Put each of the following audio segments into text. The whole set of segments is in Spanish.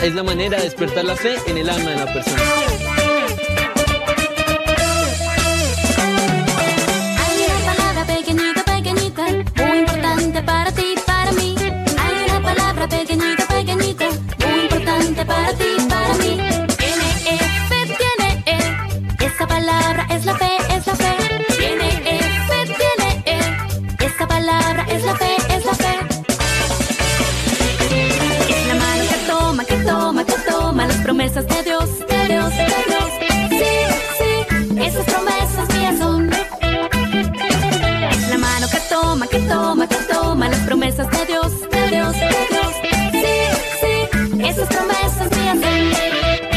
es la manera de despertar la fe en el alma de la persona. Hay una palabra pequeñita, pequeñita, muy importante para ti, para mí. Hay una palabra pequeñita, pequeñita, muy importante para ti, para mí. Tiene F, tiene E, esa palabra es la fe, es la fe. Tiene F, tiene E, esa palabra es la fe, es la fe. Es la mano que toma, que toma, que toma las promesas de Dios, de Dios, de Dios. Sí, sí, esas promesas mías son. Es la mano que toma, que toma, que toma las promesas de Dios, de Dios, de Dios. Sí, sí, esas promesas mías son.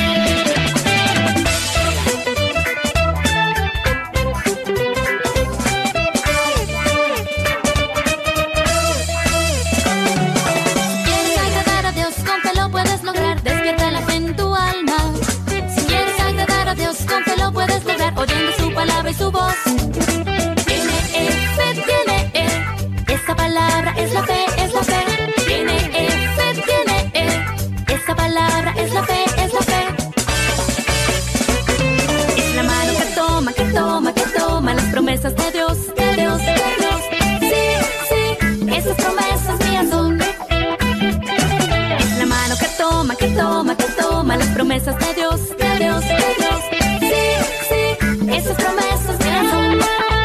Oyendo su palabra y su voz. Tiene F, tiene E, esa palabra es la fe, es la fe. Tiene F, tiene E, esa palabra es la fe, es la fe. Es la mano que toma, que toma, que toma las promesas de Dios, de Dios, de Dios. Sí, sí, esas promesas mías son. Es la mano que toma, que toma, que toma las promesas de Dios, de Dios, de Dios. Esas promesas mías son.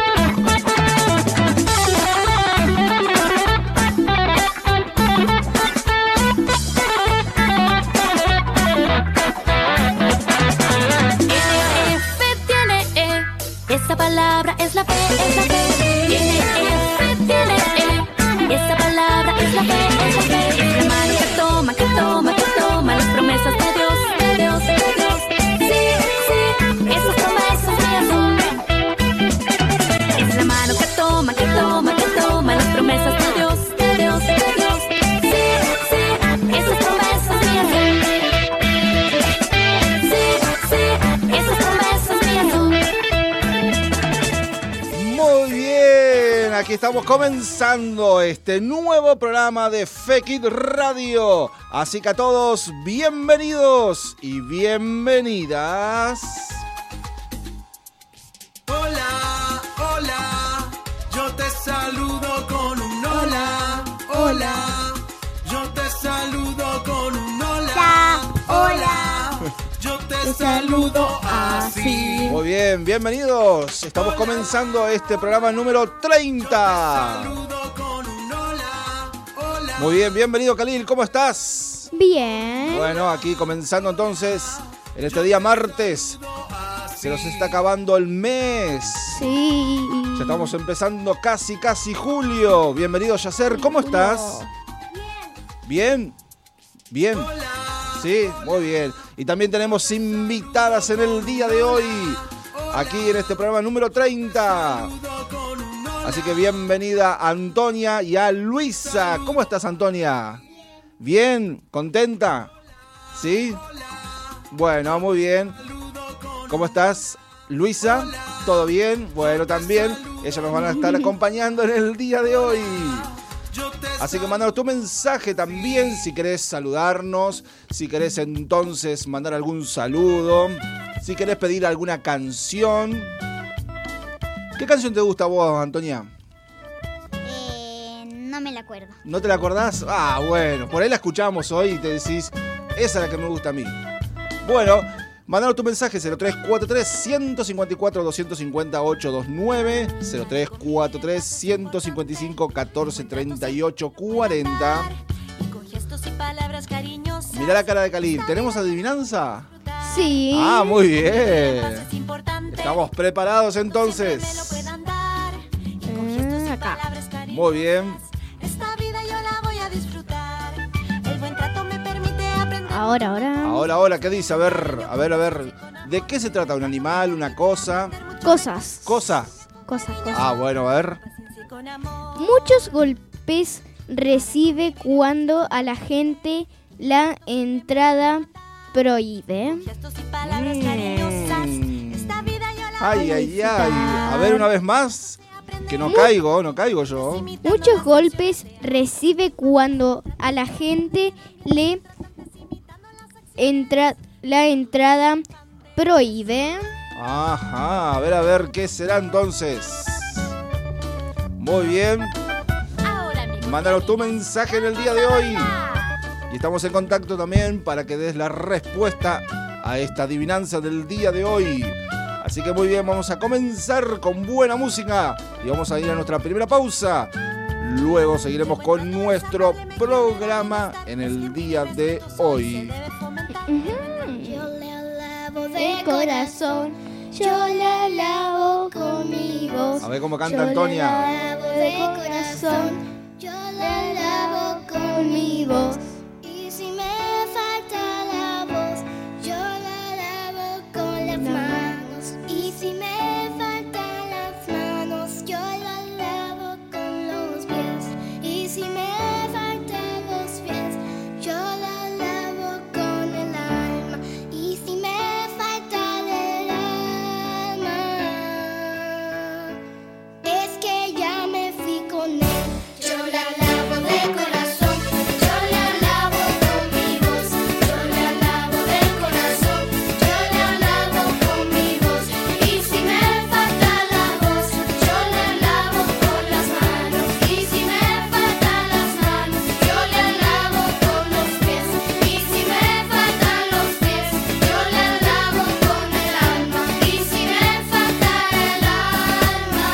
Tiene F, tiene E, esa palabra es la fe, es la fe. Tiene F, tiene E, esa palabra es la fe, es la fe. Es la mano que toma, que toma, que toma las promesas de Dios, de Dios, de Dios. Sí, sí, esas promesas mías son. Es la mano que toma, que toma, que toma las promesas de Dios, de Dios, de Dios. Sí, sí, esas promesas mías son. Sí, sí, esas promesas mías son. Muy bien, aquí estamos comenzando este nuevo programa de Fekit Radio. Así que a todos, bienvenidos y bienvenidas. Hola, hola, yo te saludo con un hola, hola, yo te saludo con un hola, hola, yo te saludo así. Muy bien, bienvenidos. Estamos comenzando este programa número 30. Muy bien, bienvenido Khalil, ¿cómo estás? Bien. Bueno, aquí comenzando entonces en este día martes. Se nos está acabando el mes. Sí. Ya estamos empezando casi julio. Bienvenido Yacer, ¿cómo estás? Bien. Bien. Sí, muy bien. Y también tenemos invitadas en el día de hoy, aquí en este programa número 30. Así que bienvenida a Antonia y a Luisa. ¿Cómo estás, Antonia? ¿Bien? ¿Contenta? ¿Sí? Bueno, muy bien. ¿Cómo estás, Luisa? ¿Todo bien? Bueno, también. Ellas nos van a estar acompañando en el día de hoy. Así que mandanos tu mensaje también si querés saludarnos, si querés entonces mandar algún saludo, si querés pedir alguna canción. ¿Qué canción te gusta a vos, Antonia? No me la acuerdo. ¿No te la acordás? Ah, bueno, por ahí la escuchamos hoy y te decís, esa es la que me gusta a mí. Bueno, mandanos tu mensaje 0343-154-250-829, 0343-155-1438-40. Mirá la cara de Khalil. ¿Tenemos adivinanza? Sí. Ah, muy bien. Estamos preparados entonces. Acá. Muy bien. Ahora, ¿qué dice? A ver. ¿De qué se trata? ¿Un animal? ¿Una cosa? Cosas. ¿Cosa? Cosas. Ah, bueno, a ver. Muchos golpes recibe cuando a la gente la entrada prohíbe. Ay. A ver una vez más. Que no caigo yo. Muchos golpes recibe cuando a la gente le la entrada prohíbe. Ajá, a ver, ¿qué será entonces? Muy bien. Mándanos tu mensaje en el día de hoy. Y estamos en contacto también para que des la respuesta a esta adivinanza del día de hoy. Así que muy bien, vamos a comenzar con buena música y vamos a ir a nuestra primera pausa. Luego seguiremos con nuestro programa en el día de hoy. Yo la lavo de corazón, yo la lavo con mi voz. A ver cómo canta Yo Antonia. la lavo de corazón, yo la lavo con mi voz. Y si me falta la voz, yo la lavo con las manos. Y si me faltan las manos, yo la lavo con los pies. Y si me faltan los pies, yo la lavo con el alma. Y si me falta el alma, es que ya me fui con él. Yo la lavo de corazón, yo la lavo con mi voz. Yo la lavo de corazón, yo la lavo con mi voz. Y si me falta la voz, yo la lavo con las manos. Y si me faltan las manos, yo la lavo con los pies. Y si me faltan los pies, yo la lavo con el alma. Y si me falta el alma,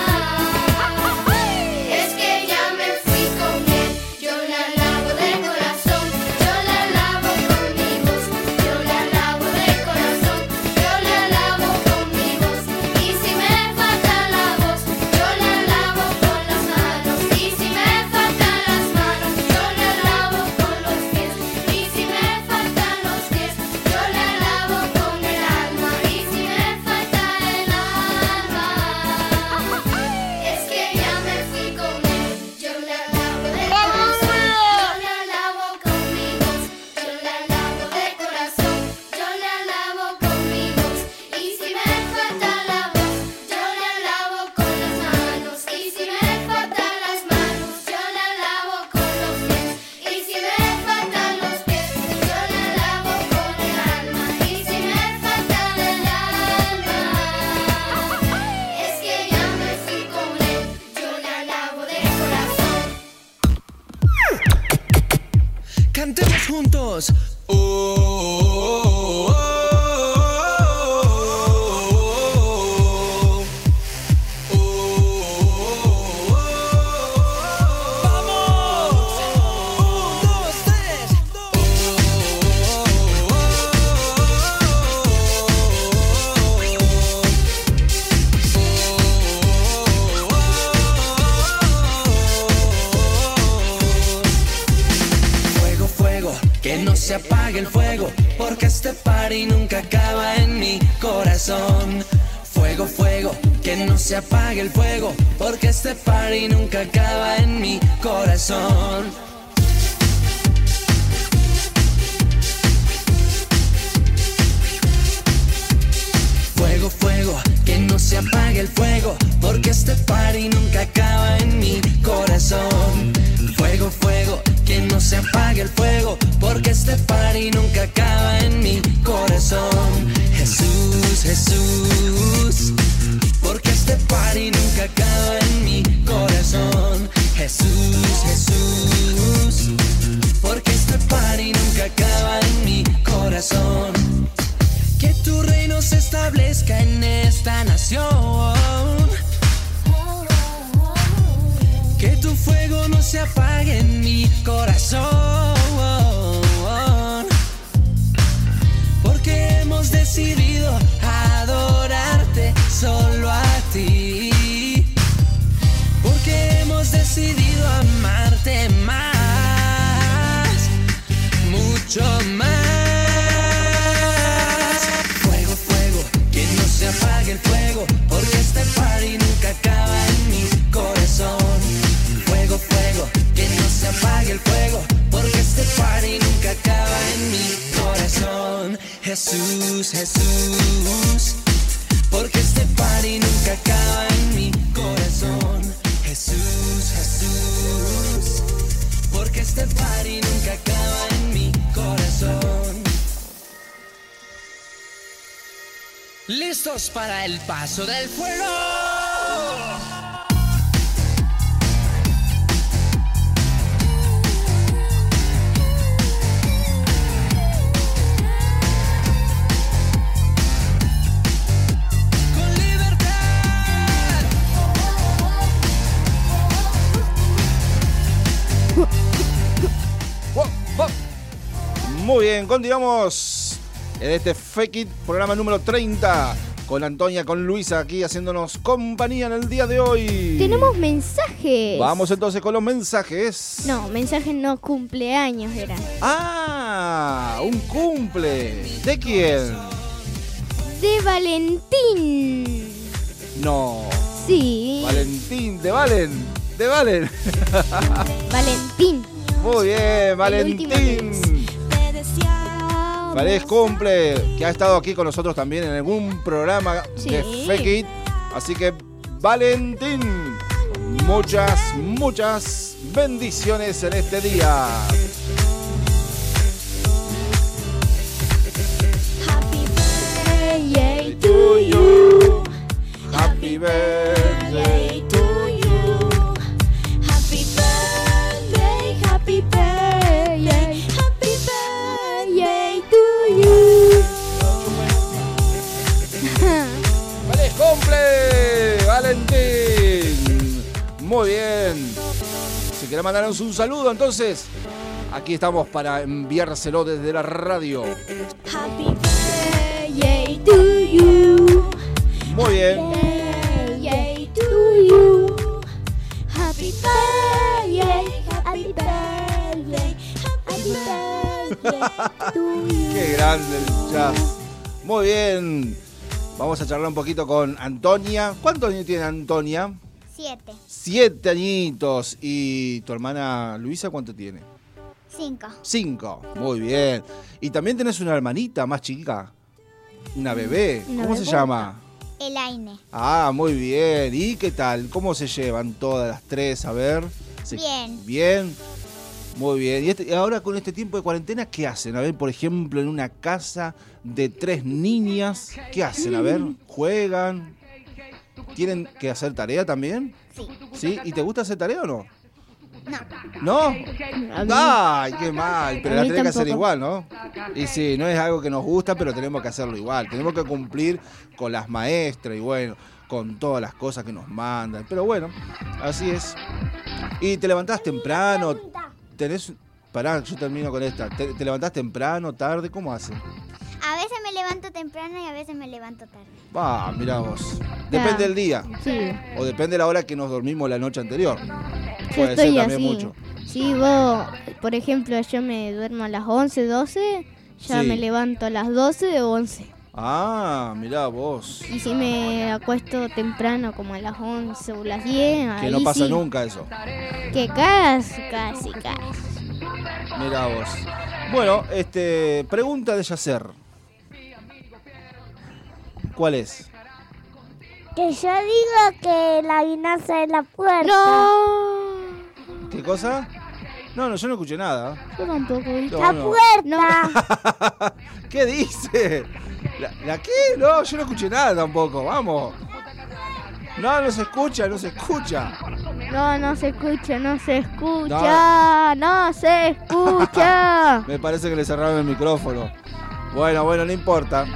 es que ya me fui con él. Yo la lavo de corazón, yo la lavo con mi voz. Yo la lavo de corazón, yo la lavo con mi voz. Y si me falta la voz, yo la lavo con las manos. Y si me faltan las manos, yo la lavo con los pies. Y si me faltan los pies, yo la lavo con el alma. Y si me falta el alma, es que ya me fui con él. Yo la lavo de corazón, yo la lavo con mi voz. Yo la lavo de corazón, yo la lavo con mi voz. Y si me falta la voz, yo la lavo con las manos. Y si me faltan las manos, yo la lavo con los pies. Y si me faltan los pies, yo la lavo con el alma. Y si me falta el alma, es que ya me fui con él. Yo la lavo de corazón. Cantemos juntos. Oh, oh, oh, oh, oh, oh, oh. ¡Vamos! 1, 2, 3. Fuego, fuego, que no se apague el fuego, porque este party nunca acaba en mi corazón. Fuego, fuego, que no se apague el fuego, porque este party nunca acaba en mi corazón. Fuego, fuego, que no se apague el fuego, porque este party nunca acaba en mi corazón. Fuego, fuego, que no se apague el fuego, porque este party nunca acaba en mi corazón. Jesús, Jesús, porque este party nunca acaba en mi corazón. Jesús, Jesús, porque este party nunca acaba en mi corazón. Que tu reino se establezca en esta nación. Que tu fuego no se apague en mi corazón. Porque hemos decidido adorarte solo a ti. Porque hemos decidido amarte más, mucho más. Fuego, fuego, que no se apague el fuego, porque este party nunca acaba en mi corazón. Fuego, fuego, que no se apague el fuego, porque este party nunca acaba en mi corazón. Jesús, Jesús, porque este party nunca acaba en mi corazón. Jesús, Jesús, porque este party nunca acaba en mi corazón. ¿Listos para el paso del fuego? Muy bien, continuamos en este Fake It, programa número 30, con Antonia, con Luisa aquí haciéndonos compañía en el día de hoy. Tenemos mensajes. Vamos entonces con los mensajes. No, mensajes no, cumpleaños eran. Ah, un cumple. ¿De quién? De Valentín. No. Sí. Valentín, de Valen. De Valen. Valentín. Muy bien, último Valentín. Feliz cumple, que ha estado aquí con nosotros también en algún programa de Sí. Fake It. Así que, Valentín, muchas bendiciones en este día. Birthday To you, happy birthday to you. Happy birthday, happy birthday, happy birthday to you. ¡Feliz cumple, Valentín! Muy bien. Si quiere mandarnos un saludo, entonces, aquí estamos para enviárselo desde la radio. Happy birthday to you. Muy bien. Birthday to you. Happy birthday, happy birthday, happy birthday to you. Qué grande el jazz. Muy bien. Vamos a charlar un poquito con Antonia. ¿Cuántos años tiene Antonia? 7, 7 añitos. ¿Y tu hermana Luisa cuánto tiene? 5. 5. Muy bien. Y también tenés una hermanita más chica. Una bebé. Una ¿Cómo se bebé. llama? Elaine. Ah, muy bien. ¿Y qué tal? ¿Cómo se llevan todas las tres? A ver. Bien. Bien. Muy bien. Y ahora con este tiempo de cuarentena, ¿qué hacen? A ver, por ejemplo, en una casa de 3 niñas, ¿qué hacen? A ver, ¿juegan? ¿Tienen que hacer tarea también? Sí. ¿Sí? ¿Y te gusta hacer tarea o no? No. ¿No? A mí- ¡Ay, qué mal! Pero A la mí tenés que hacer tampoco. igual, ¿no? Y sí, no es algo que nos gusta, pero tenemos que hacerlo igual. Tenemos que cumplir con las maestras y bueno, con todas las cosas que nos mandan. Pero bueno, así es. ¿Y te levantás temprano? ¿Tenés...? Pará, yo termino con esta. ¿Te levantás temprano, tarde? ¿Cómo haces? A veces me levanto temprano y a veces me levanto tarde. Ah, mirá vos. Depende del día. Sí, O depende de la hora que nos dormimos la noche anterior. yo Puede ser estoy también así. mucho. Si vos, por ejemplo, yo me duermo a las 11, 12, ya Sí. me levanto a las 12 o 11. Ah, mirá vos. Y si me acuesto temprano, como a las 11 o las 10, Que ahí no pasa sí, nunca eso. que casi. Mirá vos. Bueno, pregunta de Yacer. ¿Cuál es? Que yo digo que la adivinanza de la puerta. ¡No! ¿Qué cosa? No, yo no escuché nada. Yo tampoco, ¿viste? No, La no. puerta. ¿Qué dice? ¿La qué? No, yo no escuché nada tampoco. Vamos. No se escucha, no se escucha. No se escucha, no se escucha. Me parece que le cerraron el micrófono. Bueno, no importa.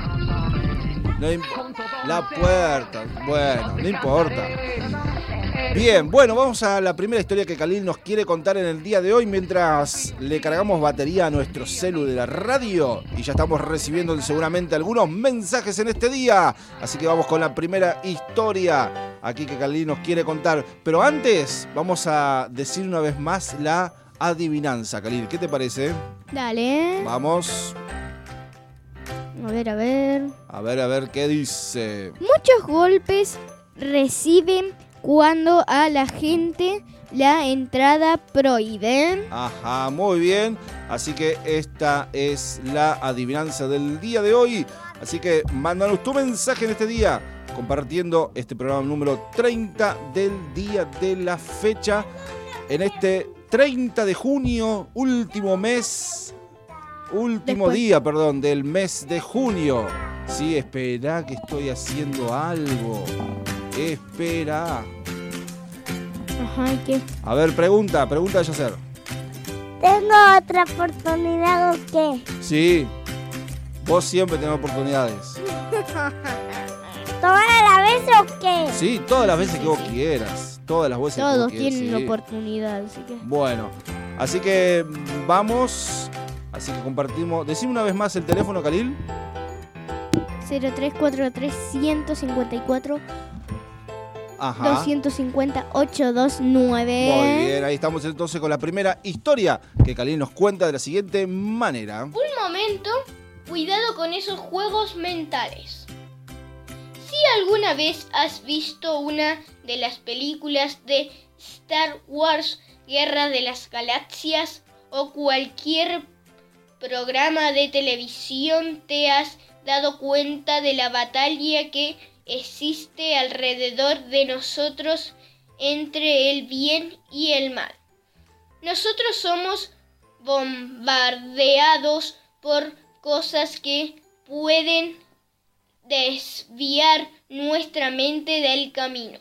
La puerta. Bueno, no importa. Bien, bueno, vamos a la primera historia que Khalil nos quiere contar en el día de hoy mientras le cargamos batería a nuestro celu de la radio y ya estamos recibiendo seguramente algunos mensajes en este día. Así que vamos con la primera historia aquí que Khalil nos quiere contar. Pero antes vamos a decir una vez más la adivinanza, Khalil. ¿Qué te parece? Dale. Vamos. A ver. A ver qué dice. Muchos golpes reciben cuando a la gente la entrada prohíben. Ajá, muy bien. Así que esta es la adivinanza del día de hoy. Así que mándanos tu mensaje en este día, compartiendo este programa número 30 del día de la fecha. En este 30 de junio, último Después. día, del mes de junio. Sí, espera que estoy haciendo algo. Espera. Ajá, ¿y qué? A ver, pregunta de Yacer. ¿Tengo otra oportunidad o qué? Sí. Vos siempre tenés oportunidades. ¿Todas las veces o qué? Sí, todas las veces que vos quieras. Todas las veces que vos Todos quieras. tienen Sí. oportunidad, así que... Bueno, así que vamos. Así que compartimos. Decime una vez más el teléfono, Khalil. 0343 154 Ajá. 250 829. Muy bien, ahí estamos entonces con la primera historia que Khalil nos cuenta de la siguiente manera. Un momento, cuidado con esos juegos mentales. Si alguna vez has visto una de las películas de Star Wars, Guerra de las Galaxias, o cualquier programa de televisión, te has dado cuenta de la batalla que existe alrededor de nosotros entre el bien y el mal. Nosotros somos bombardeados por cosas que pueden desviar nuestra mente del camino.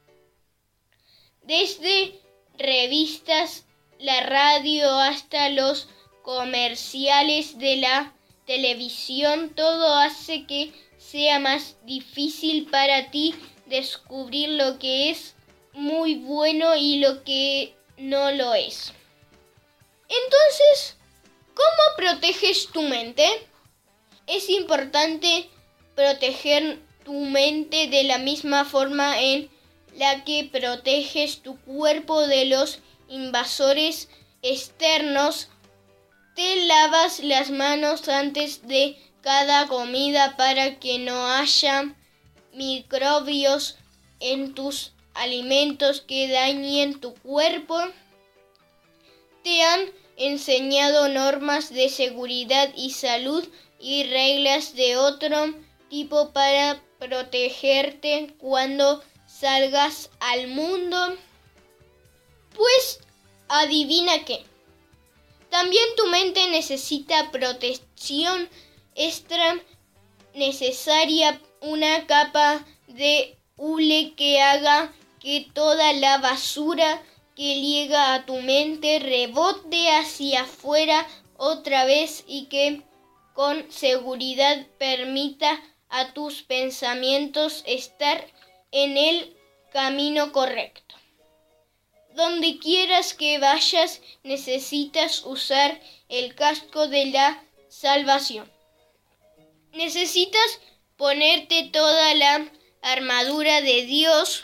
Desde revistas, la radio hasta los comerciales de la televisión, todo hace que sea más difícil para ti descubrir lo que es muy bueno y lo que no lo es. Entonces, ¿cómo proteges tu mente? Es importante proteger tu mente de la misma forma en la que proteges tu cuerpo de los invasores externos. Te lavas las manos antes de cada comida para que no haya microbios en tus alimentos que dañen tu cuerpo. Te han enseñado normas de seguridad y salud y reglas de otro tipo para protegerte cuando salgas al mundo. Pues adivina qué. También tu mente necesita protección extra necesaria, una capa de hule que haga que toda la basura que llega a tu mente rebote hacia afuera otra vez y que con seguridad permita a tus pensamientos estar en el camino correcto. Donde quieras que vayas, necesitas usar el casco de la salvación. Necesitas ponerte toda la armadura de Dios.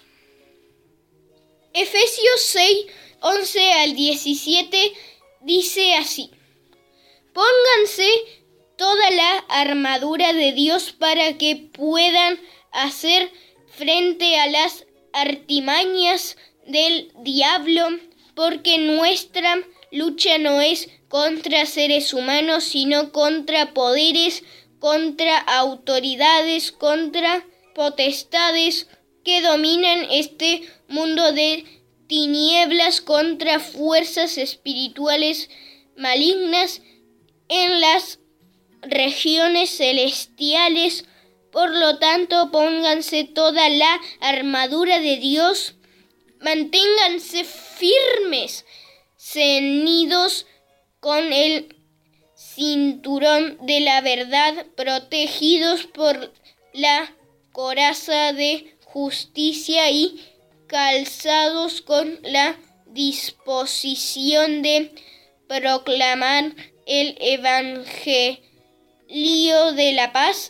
Efesios 6, 11 al 17 dice así: Pónganse toda la armadura de Dios para que puedan hacer frente a las artimañas del diablo, porque nuestra lucha no es contra seres humanos, sino contra poderes, contra autoridades, contra potestades que dominan este mundo de tinieblas, contra fuerzas espirituales malignas en las regiones celestiales. Por lo tanto, pónganse toda la armadura de Dios. Manténganse firmes, ceñidos con el cinturón de la verdad, protegidos por la coraza de justicia y calzados con la disposición de proclamar el evangelio de la paz.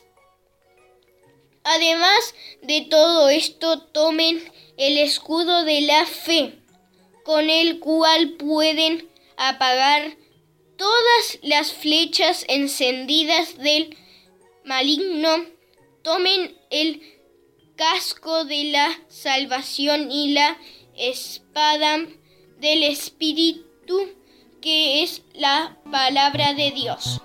Además de todo esto, tomen el escudo de la fe, con el cual pueden apagar todas las flechas encendidas del maligno. Tomen el casco de la salvación y la espada del Espíritu, que es la palabra de Dios.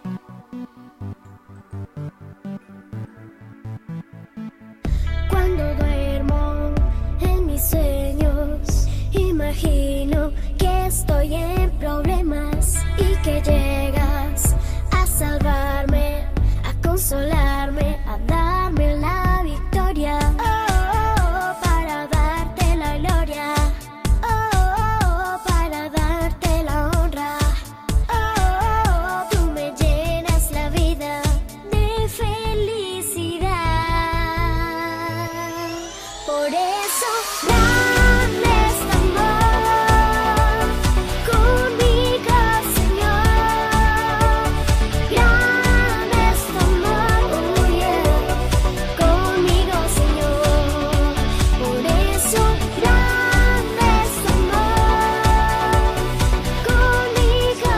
Cuando duermo en mis sueños, imagino que estoy en problemas y que llegas a salvarme, a consolarme, a darme la victoria. Oh, oh, oh, para darte la gloria. Oh, oh, oh, para darte la honra. Oh, oh, oh, tú me llenas la vida de felicidad. Por eso, grande es tu amor conmigo, Señor. Grande es tu amor, oh yeah, conmigo, Señor. Por eso, grande es tu amor conmigo,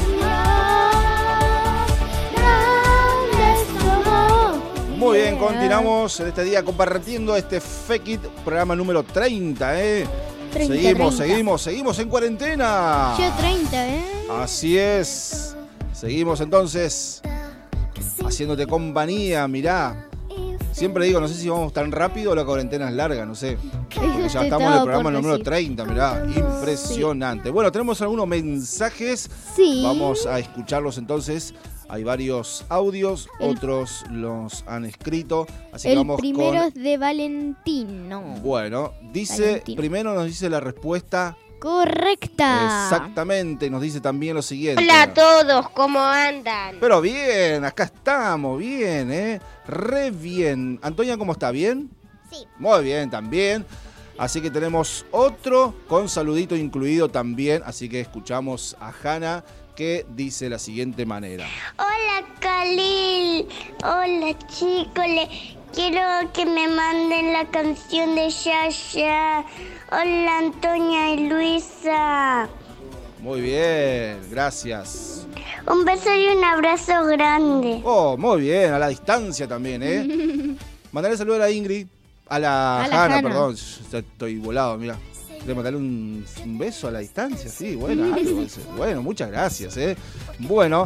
Señor. Grande es tu amor. Muy bien, continuamos en este día compartiendo este Fake It, programa número 30, ¿eh? 30. Seguimos en cuarentena. Yo 30, ¿eh? Así es. Seguimos entonces haciéndote compañía, mirá. Siempre digo, no sé si vamos tan rápido o la cuarentena es larga, no sé. Porque ya estamos en el programa número 30, mirá. Impresionante. Bueno, tenemos algunos mensajes. Sí. Vamos a escucharlos entonces. Hay varios audios, otros los han escrito. Así que El vamos primero con... es de Valentino. Bueno, dice, Valentino. primero nos dice la respuesta Correcta. exactamente. Nos dice también lo siguiente. Hola a todos, ¿cómo andan? Pero bien, acá estamos, bien, re bien. Antonia, ¿cómo está? ¿Bien? Sí. Muy bien, también. Así que tenemos otro con saludito incluido también. Así que escuchamos a Hanna, que dice la siguiente manera. Hola Khalil, hola chicos, quiero que me manden la canción de Yaya. Hola Antonia y Luisa. Muy bien, gracias. Un beso y un abrazo grande. Oh, muy bien, a la distancia también, Mandarle saludo a la Ingrid, a la Hanna, Hanna. perdón, ya estoy volado, mira. De mandarle un beso a la distancia, sí, bueno, algo, bueno, muchas gracias, Bueno,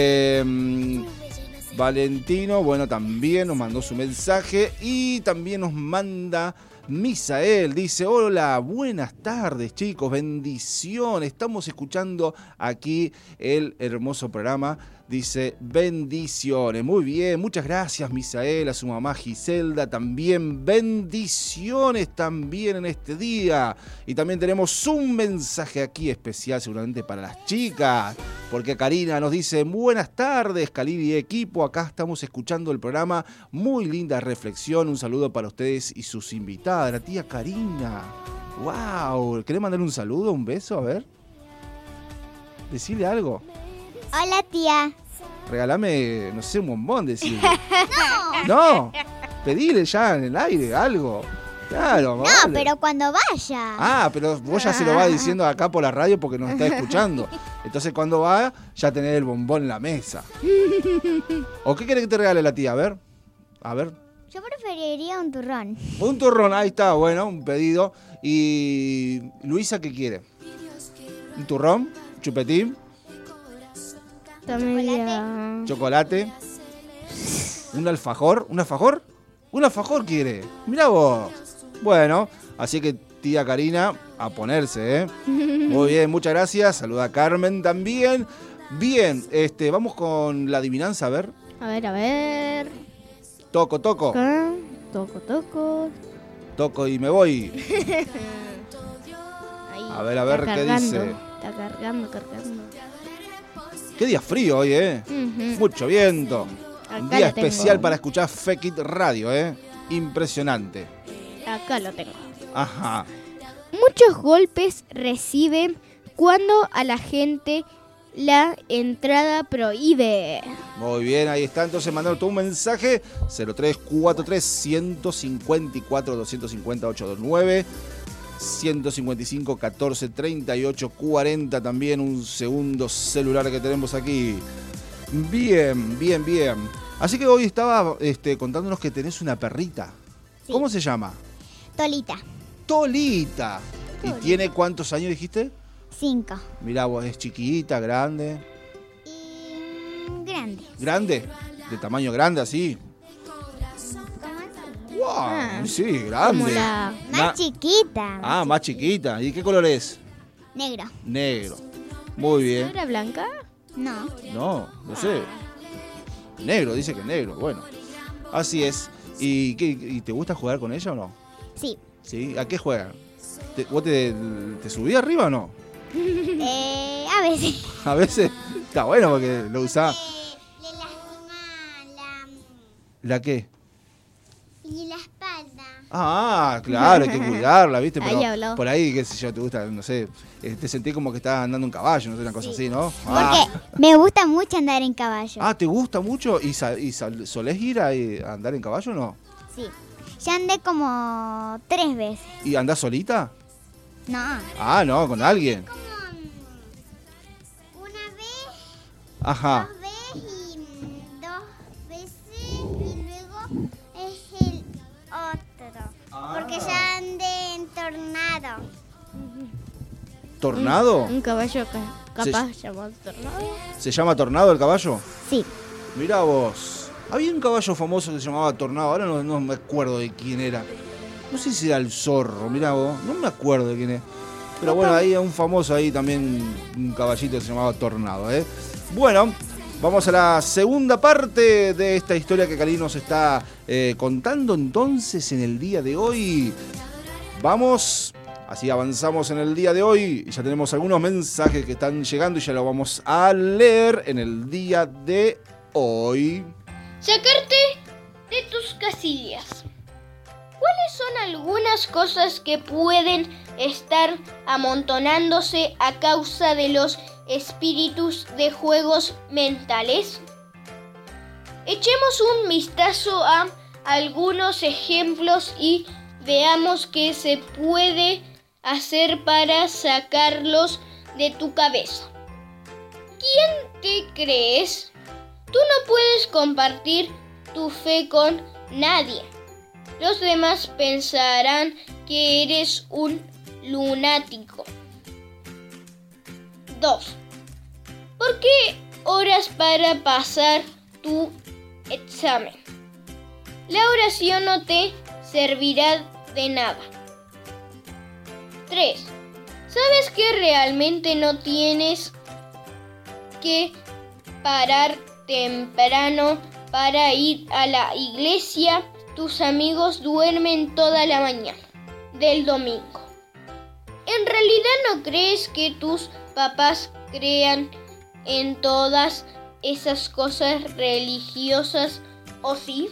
Valentino, bueno, también nos mandó su mensaje y también nos manda Misael, dice, hola, buenas tardes chicos, bendiciones, estamos escuchando aquí el hermoso programa, dice, bendiciones, muy bien, muchas gracias Misael, a su mamá Giselda también, bendiciones también en este día, y también tenemos un mensaje aquí especial seguramente para las chicas, porque Karina nos dice, buenas tardes Khalil y equipo, acá estamos escuchando el programa, muy linda reflexión, un saludo para ustedes y sus invitados. La tía Karina. ¡Wow! ¿Querés mandar un saludo, un beso? A ver. Decirle algo. Hola, tía. Regálame, no sé, un bombón, decirle. No. Pedile ya en el aire algo. Claro, No, vale. pero cuando vaya. Ah, pero vos ya se lo vas diciendo acá por la radio porque nos está escuchando. Entonces cuando va, ya tenés el bombón en la mesa. ¿O qué querés que te regale la tía? A ver. A ver. Yo preferiría un turrón. Un turrón, ahí está, bueno, un pedido. Y Luisa, ¿qué quiere? ¿Un turrón? ¿Chupetín? ¿Chocolate? ¿Un alfajor? ¿Un alfajor? Un alfajor quiere. Mirá vos. Bueno, así que tía Karina, a ponerse, Muy bien, muchas gracias. Saluda a Carmen también. Bien, vamos con la adivinanza, a ver. A ver. Toco. Acá. Toco. Toco y me voy. Ahí, A ver, está ¿qué cargando. dice? Está cargando. Qué día frío hoy, Ujú. Mucho viento. Acá Un día lo tengo. especial para escuchar Fake It Radio, Impresionante. Acá lo tengo. Ajá. Muchos golpes recibe cuando a la gente la entrada prohíbe. Muy bien, ahí está. Entonces mandando todo un mensaje. 0343 154 250 829 155 14 38 40. También un segundo celular que tenemos aquí. Bien. Así que hoy estaba contándonos que tenés una perrita. Sí. ¿Cómo se llama? Tolita. Tolita. ¿Y tiene cuántos años dijiste? 5. Mirá vos, es chiquita, grande. Y grande. ¿Grande? ¿De tamaño grande así? ¡Wow! Ah, Sí, Como grande. la Na- chiquita. Ah, más chiquita. ¿Y qué color es? Negro. Negro. Muy ¿No bien. era blanca? No. No sé. Negro, dice que negro, bueno. Así es. ¿Y te gusta jugar con ella o no? Sí. ¿Sí? ¿A qué juegan? ¿Vos te subís arriba o no? A veces. A veces está bueno porque lo usás. Le lastima ¿La qué? y la espalda. Ah, claro, hay que cuidarla, ¿viste? Pero Ahí habló. por ahí, qué sé yo, te gusta, no sé, te sentís como que estás andando un caballo, no sé, una cosa así, ¿no? Porque me gusta mucho andar en caballo. ¿te gusta mucho? ¿Y solés ir a andar en caballo o no? Sí. Ya andé como 3 veces. ¿Y andás solita? No. Ah, no, con alguien. Como una vez, Ajá. 2 veces y 2 veces y luego es el otro. Porque ya andé en tornado. ¿Tornado? Un caballo capaz llamado tornado. ¿Se llama Tornado el caballo? Sí. Mirá vos. Había un caballo famoso que se llamaba Tornado, ahora no me acuerdo de quién era. No sé si era el Zorro, mirá vos, no me acuerdo de quién es. Pero bueno, ahí un famoso ahí también, un caballito que se llamaba Tornado, ¿eh? Bueno, vamos a la segunda parte de esta historia que Cali nos está contando entonces en el día de hoy. Vamos, así avanzamos en el día de hoy. Ya tenemos algunos mensajes que están llegando y ya lo vamos a leer en el día de hoy. Sacarte de tus casillas. ¿Cuáles son algunas cosas que pueden estar amontonándose a causa de los espíritus de juegos mentales? Echemos un vistazo a algunos ejemplos y veamos qué se puede hacer para sacarlos de tu cabeza. ¿Quién te crees? Tú no puedes compartir tu fe con nadie. Los demás pensarán que eres un lunático. 2. ¿Por qué oras para pasar tu examen? La oración no te servirá de nada. 3. ¿Sabes que realmente no tienes que parar temprano para ir a la iglesia? Tus amigos duermen toda la mañana del domingo. ¿En realidad no crees que tus papás crean en todas esas cosas religiosas o sí?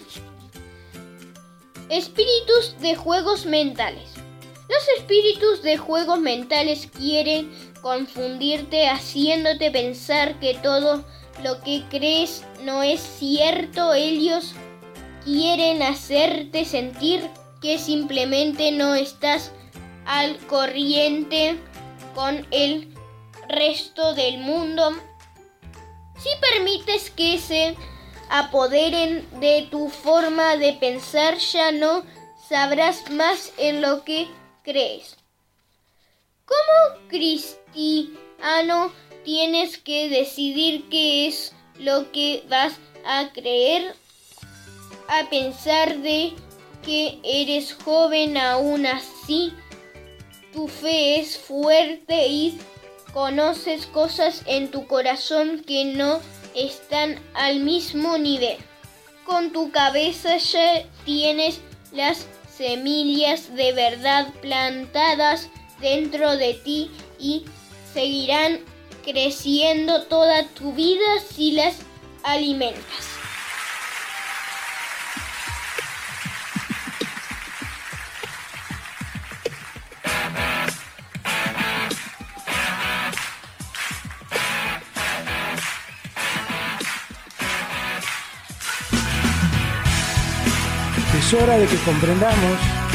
Espíritus de juegos mentales. Los espíritus de juegos mentales quieren confundirte haciéndote pensar que todo lo que crees no es cierto. Ellos quieren hacerte sentir que simplemente no estás al corriente con el resto del mundo. Si permites que se apoderen de tu forma de pensar, ya no sabrás más en lo que crees. Como cristiano, tienes que decidir qué es lo que vas a creer. A pesar de que eres joven, aún así tu fe es fuerte y conoces cosas en tu corazón que no están al mismo nivel. Con tu cabeza ya tienes las semillas de verdad plantadas dentro de ti y seguirán creciendo toda tu vida si las alimentas. Es hora de que comprendamos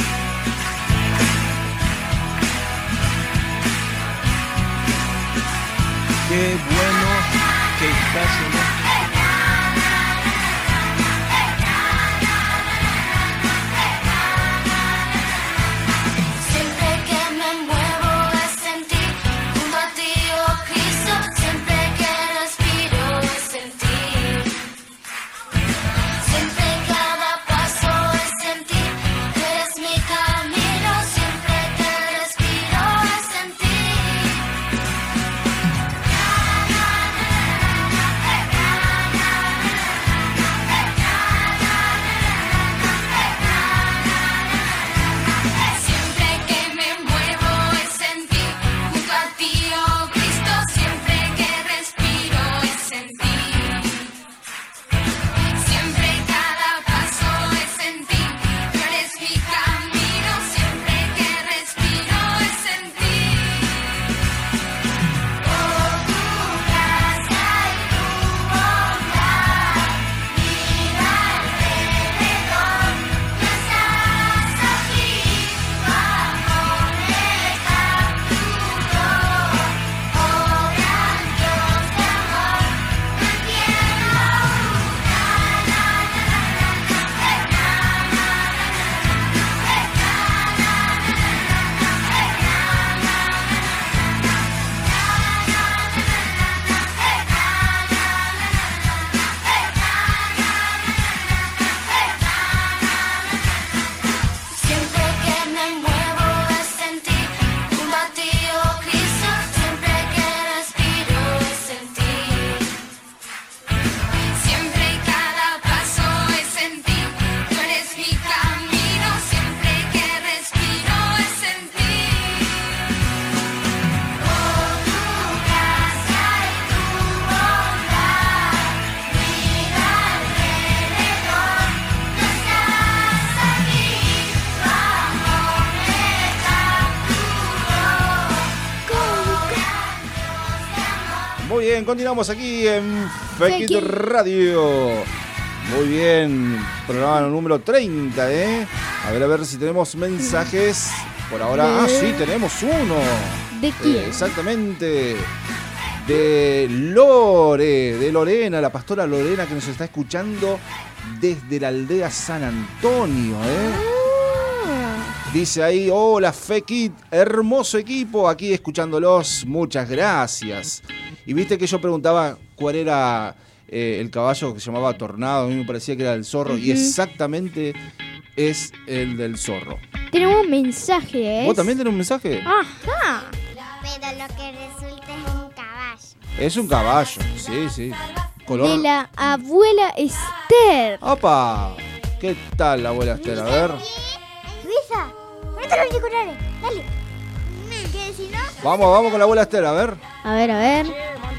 qué bueno que estás en esto. Siempre que me muevo es sentir junto a ti, oh Cristo. Siempre que respiro es sentir. Siempre cada paso es sentir que eres mi camino. Siempre que respiro es sentir. Muy bien, continuamos aquí en Fake It Radio. Muy bien, programa número 30, ¿eh? A ver si tenemos mensajes. Por ahora, sí, tenemos uno. ¿De quién? Exactamente. De Lorena, la pastora Lorena, que nos está escuchando desde la aldea San Antonio, ¿eh? Dice ahí, hola Fekit, hermoso equipo, aquí escuchándolos, muchas gracias. Y viste que yo preguntaba cuál era el caballo que se llamaba Tornado, a mí me parecía que era el zorro, y exactamente es el del zorro. Tenemos mensajes. ¿Vos también tenés un mensaje? Ajá. Pero lo que resulta es un caballo. Es un caballo, sí. Color... De la abuela Esther. ¡Opa! ¿Qué tal la abuela Esther? A ver. Luisa, ponete los auriculares, dale. ¿Qué si no? Vamos con la abuela Esther, a ver. A ver.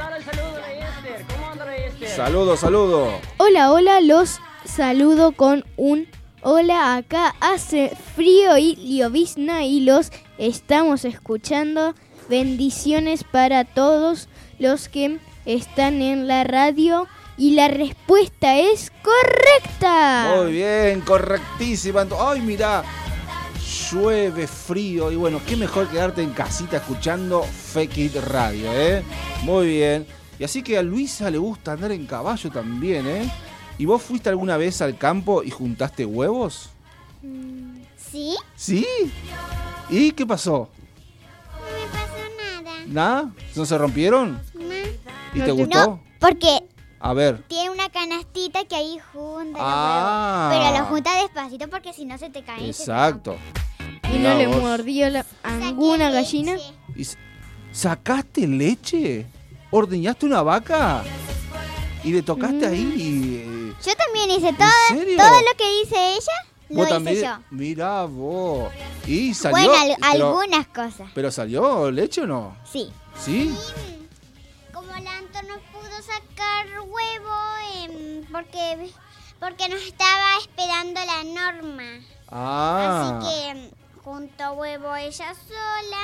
Saludo. Hola, los saludo con un hola. Acá hace frío y llovizna y los estamos escuchando. Bendiciones para todos los que están en la radio. Y la respuesta es correcta. Muy bien, correctísima. Ay, mirá, llueve, frío. Y bueno, qué mejor quedarte en casita escuchando Fake It Radio, ¿eh? Muy bien. Y así que a Luisa le gusta andar en caballo también, ¿eh? ¿Y vos fuiste alguna vez al campo y juntaste huevos? ¿Sí? ¿Sí? ¿Y qué pasó? No me pasó nada. ¿Nada? ¿No se rompieron? No. ¿Y te gustó? No, porque A ver. tiene una canastita que ahí junta Ah. los huevos. Pero lo junta despacito porque si no se te caen. Exacto. ¿Y Mirá no le vos. mordió alguna gallina? ¿Y ¿Sacaste leche? ¿Ordeñaste una vaca? ¿Y le tocaste ahí? Yo también hice serio? todo lo que hice ella, lo ¿Vos hice también? yo. Mirá vos. ¿Y salió? Bueno, pero, algunas cosas. ¿Pero salió leche o no? Sí. ¿Sí? Como Lanto no pudo sacar huevo porque nos estaba esperando la Norma. Ah. Así que juntó huevo ella sola.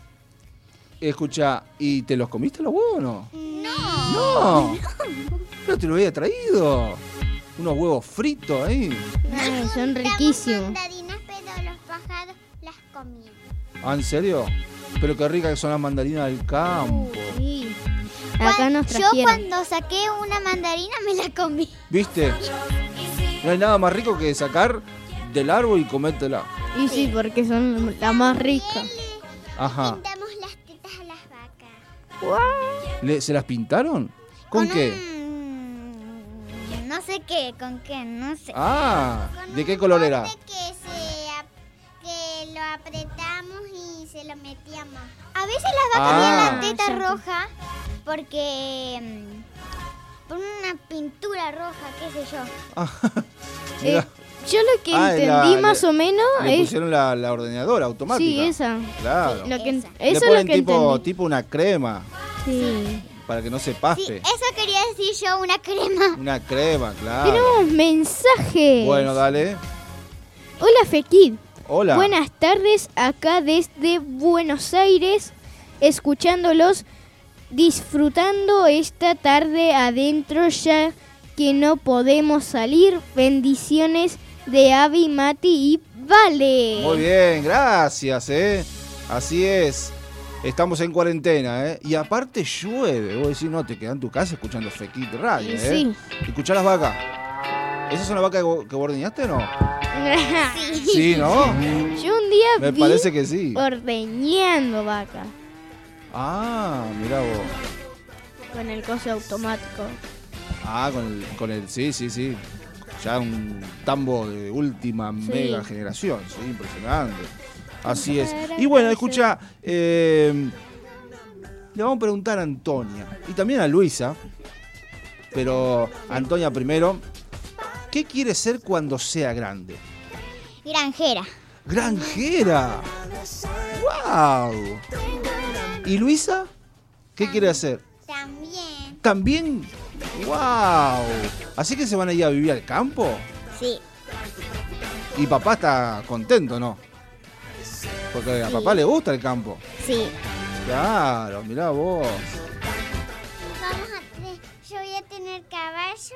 Escucha, ¿y te los comiste los huevos o no? No. No. Pero te lo había traído. Unos huevos fritos ahí. Ay, son Juntamos riquísimos. mandarinas, pero los pájaros las comían. ¿Ah, en serio? Pero qué ricas que son las mandarinas del campo. Sí. Acá nos Yo trajeron. cuando saqué una mandarina me la comí. ¿Viste? No hay nada más rico que sacar del árbol y comértela. Y sí, porque son la más rica. Ajá. Pintamos las tetas a las vacas. ¿Se las pintaron? ¿Con qué? No sé qué, con qué, no sé. Ah, Con ¿de un qué color era? corte que lo apretamos y se lo metíamos. A veces las vacas tenían la teta ya. roja porque por una pintura roja, qué sé yo. Mirá, Yo lo que entendí más o menos le es... pusieron la ordeñadora automática. Sí, esa. Claro. Lo que, Esa. Le eso es lo ponen que tipo entendí. una crema Sí. para que no se Sí, paste. eso quería decir yo, una crema. Una crema, claro. Tenemos mensajes. Bueno, dale. Hola, Fekid. Hola. Buenas tardes, acá desde Buenos Aires, escuchándolos, disfrutando esta tarde adentro ya que no podemos salir. Bendiciones de Avi, Mati y Vale. Muy bien, gracias, Así es. Estamos en cuarentena, Y aparte llueve. Vos decís, no, te quedás en tu casa escuchando Fekit Radio, Y sí. Escuchá las vacas. ¿Esas son las vacas que vos ordeñaste o no? Sí, ¿no? Yo un día Me vi parece que sí. ordeñando vaca Ah, mirá vos. con el coso automático. Ah, con el sí. Ya un tambo de última mega generación, sí, impresionante. Así es. Y bueno, escucha, le vamos a preguntar a Antonia y también a Luisa, pero Antonia primero, ¿qué quiere ser cuando sea grande? Granjera. ¡Granjera! ¡Wow! ¿Y Luisa? ¿Qué quiere hacer? También. ¿También? ¡Wow! ¿Así que se van a ir a vivir al campo? Sí. Y papá está contento, ¿no? Porque a papá le gusta el campo. Sí. Claro, mirá vos. tener caballo,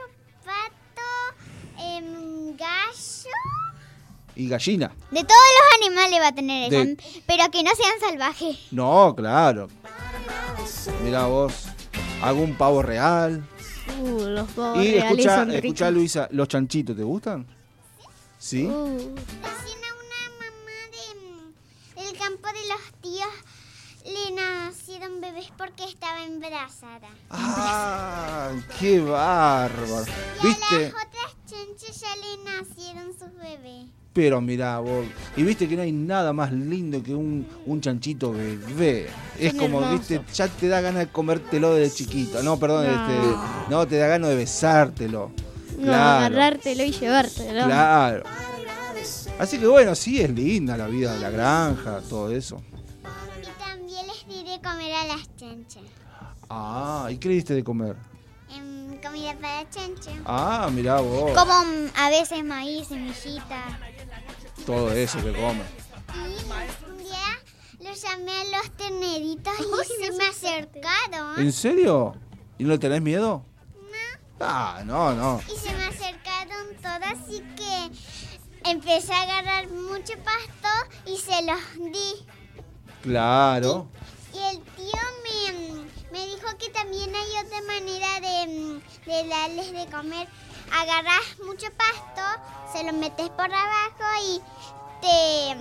pato, gallo. Y gallina. De todos los animales va a tener De- esa, pero que no sean salvajes. No, claro. Mirá vos. Algún pavo real. Los pavos Y reales son escucha ricos. Luisa, ¿los chanchitos te gustan? ¿Sí? Recién a una mamá del campo de los tíos le nacieron bebés porque estaba embarazada. ¡Ah! ¡Qué bárbaro! Y a ¿Viste? las otras chanchas ya le nacieron sus bebés. Pero mirá vos. Y viste que no hay nada más lindo que un chanchito bebé. Es Son como, hermosos. viste, ya te da ganas de comértelo desde chiquito. No, perdón, No. no, te da ganas de besártelo. No, Claro. agarrártelo y llevártelo. Claro. Así que bueno, sí, es linda la vida de la granja, todo eso. Y también les di de comer a las chanchas. Ah, ¿y qué le diste de comer? Comida para chancho. Ah, mirá vos. Como a veces maíz, semillita. Todo eso que come. Y un día los llamé a los terneritos y se me acercaron. ¿En serio? ¿Y no le tenés miedo? No. Ah, no. Y se me acercaron todas, así que empecé a agarrar mucho pasto y se los di. Claro. Y el tío me dijo que también hay otra manera de darles de comer. Agarras mucho pasto, se lo metes por abajo y te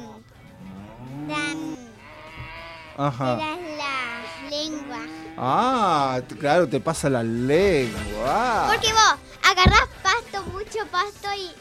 dan Ajá. te das la lengua. Ah, claro, te pasa la lengua. Ah. Porque vos agarrás pasto, mucho pasto y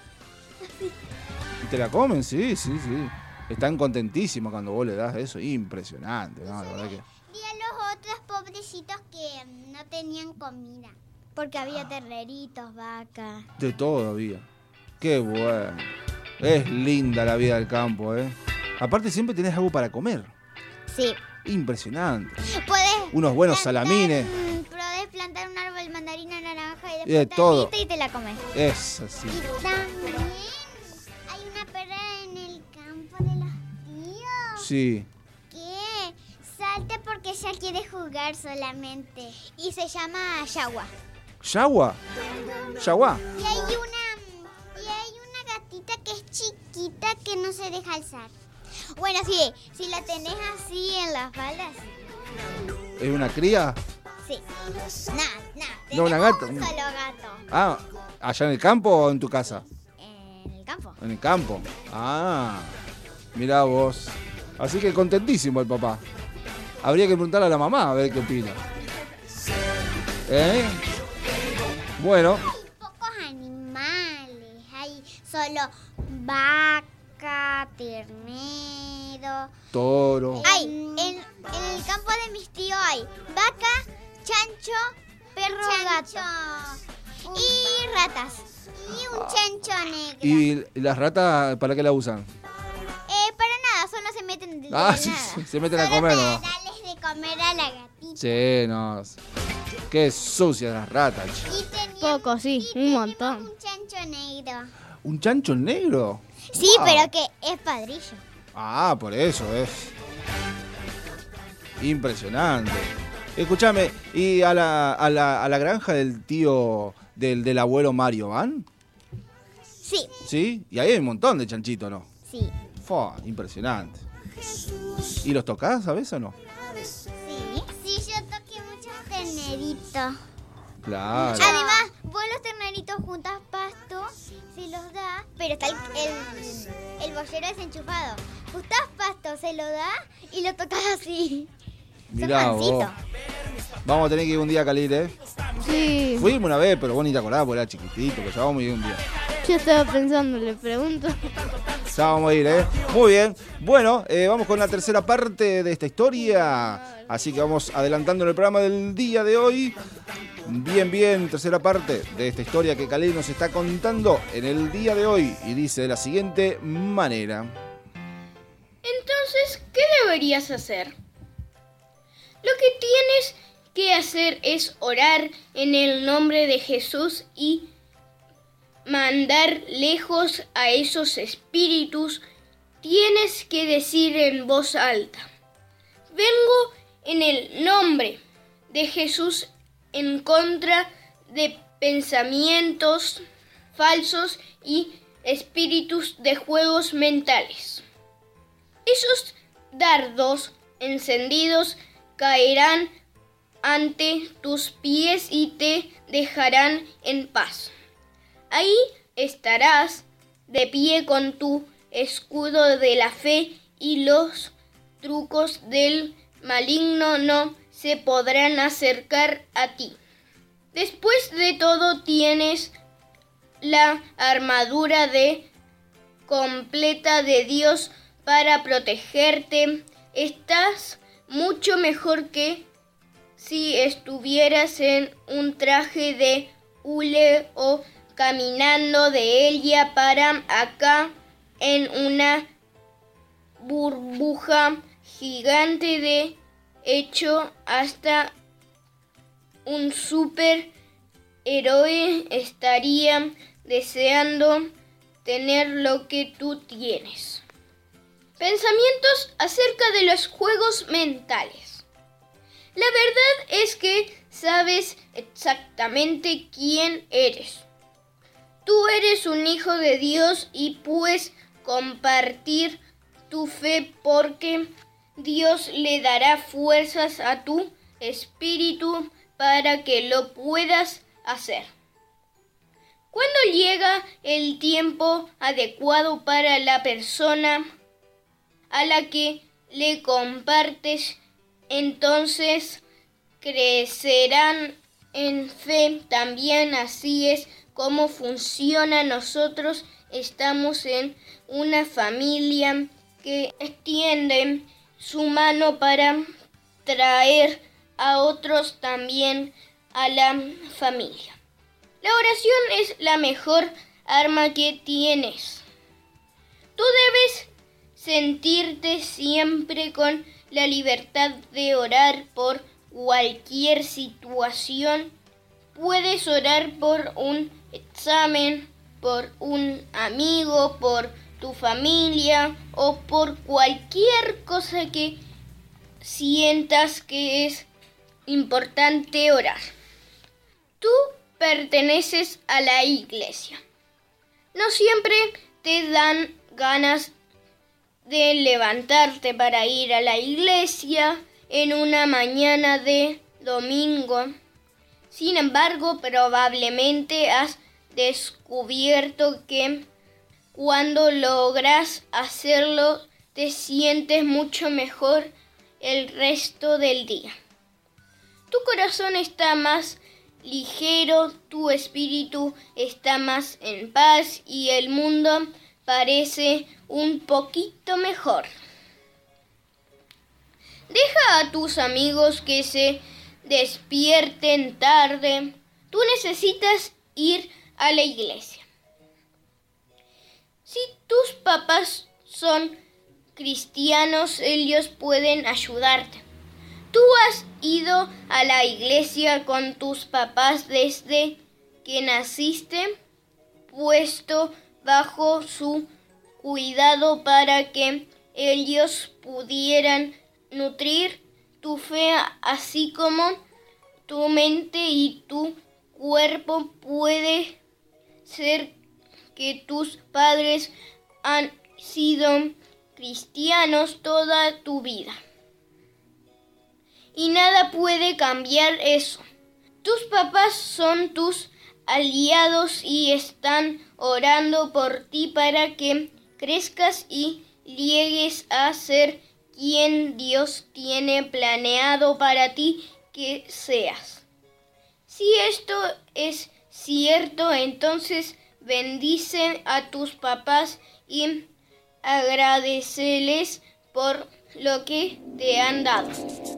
¿Y te la comen? Sí. Están contentísimos cuando vos le das eso. Impresionante, ¿no? La verdad que... y a los otros pobrecitos que no tenían comida. Porque había terneritos, vacas. De todo había. Qué bueno. Es linda la vida del campo, ¿eh? Aparte siempre tenés algo para comer. Sí. Impresionante. Puedes Unos buenos salamines. Podés plantar un árbol mandarina, naranja y De después todo. ternita y te la comes. Es así. Y también hay una perra en el campo de los tíos Sí. que salta porque ella quiere jugar solamente. Y se llama Yawa. ¿Yagua? ¿Yagua? Y hay una gatita que es chiquita que no se deja alzar. Bueno, sí, si la tenés así en la falda, sí. ¿Es una cría? Sí. Nah. No, una tenemos gata. un solo gato. Ah, ¿allá en el campo o en tu casa? En el campo. En el campo. Ah, mirá vos. Así que contentísimo el papá. Habría que preguntarle a la mamá a ver qué opina. ¿Eh? Bueno, Hay pocos animales. Hay solo vaca, ternero. toro. Hay, en el campo de mis tíos hay vaca, chancho, perro, gato. Y ratas. Y un chancho negro. ¿Y las ratas para qué la usan? Para nada, solo se meten de Ah, nada. sí, se meten a Solo comer, para ¿no? darles de comer a la gatita. Sí, no. Qué sucias las ratas. che. Poco, sí, un montón. Un chancho negro. ¿Un chancho negro? Sí, Wow. pero que es padrillo. Ah, por eso es. Impresionante. Escúchame, ¿y a la granja del tío del abuelo Mario van? Sí, ¿Sí? Y ahí hay un montón de chanchitos, ¿no? sí. Fua, impresionante. ¿Y los tocás a veces o no? Sí, yo toqué muchos terneritos. Claro. Además, vos los terneritos juntas pasto, se los das, pero está el bollero desenchufado. Juntas pasto, se lo das y lo tocas así. Mirá Son vos. pancitos. Vamos a tener que ir un día a Calir, ¿eh? Sí. Fuimos una vez, pero vos ni te acordás porque era chiquitito, que ya vamos a ir un día. Yo estaba pensando, le pregunto. Ya vamos a ir, ¿eh? Muy bien. Bueno, vamos con la tercera parte de esta historia. Así que vamos adelantando en el programa del día de hoy. Bien, tercera parte de esta historia que Calé nos está contando en el día de hoy. Y dice de la siguiente manera. Entonces, ¿qué deberías hacer? Lo que tienes que hacer es orar en el nombre de Jesús y mandar lejos a esos espíritus. Tienes que decir en voz alta: vengo en el nombre de Jesús en contra de pensamientos falsos y espíritus de juegos mentales. Esos dardos encendidos caerán ante tus pies y te dejarán en paz. Ahí estarás de pie con tu escudo de la fe y los trucos del maligno no se podrán acercar a ti. Después de todo tienes la armadura completa de Dios para protegerte. Estás mucho mejor que si estuvieras en un traje de hule o caminando de ella para acá en una burbuja gigante. De hecho, hasta un superhéroe estaría deseando tener lo que tú tienes. Pensamientos acerca de los juegos mentales. La verdad es que sabes exactamente quién eres. Tú eres un hijo de Dios y puedes compartir tu fe porque Dios le dará fuerzas a tu espíritu para que lo puedas hacer. Cuando llega el tiempo adecuado para la persona a la que le compartes, entonces crecerán en fe también. Así es como funciona. Nosotros estamos en una familia que extiende su mano para traer a otros también a la familia. La oración es la mejor arma que tienes. Tú debes sentirte siempre con la libertad de orar por cualquier situación. Puedes orar por un examen, por un amigo, por tu familia o por cualquier cosa que sientas que es importante orar. Tú perteneces a la iglesia. No siempre te dan ganas de levantarte para ir a la iglesia en una mañana de domingo. Sin embargo, probablemente has descubierto que cuando logras hacerlo, te sientes mucho mejor el resto del día. Tu corazón está más ligero, tu espíritu está más en paz y el mundo parece un poquito mejor. Deja a tus amigos que se despierten tarde. Tú necesitas ir a la iglesia. Si tus papás son cristianos, ellos pueden ayudarte. Tú has ido a la iglesia con tus papás desde que naciste, puesto bajo su cuidado para que ellos pudieran nutrir tu fe, así como tu mente y tu cuerpo. Puede ser que tus padres han sido cristianos toda tu vida y nada puede cambiar eso. Tus papás son tus aliados y están orando por ti para que crezcas y llegues a ser quien Dios tiene planeado para ti que seas. Si esto es cierto, entonces bendice a tus papás y agradeceles por lo que te han dado.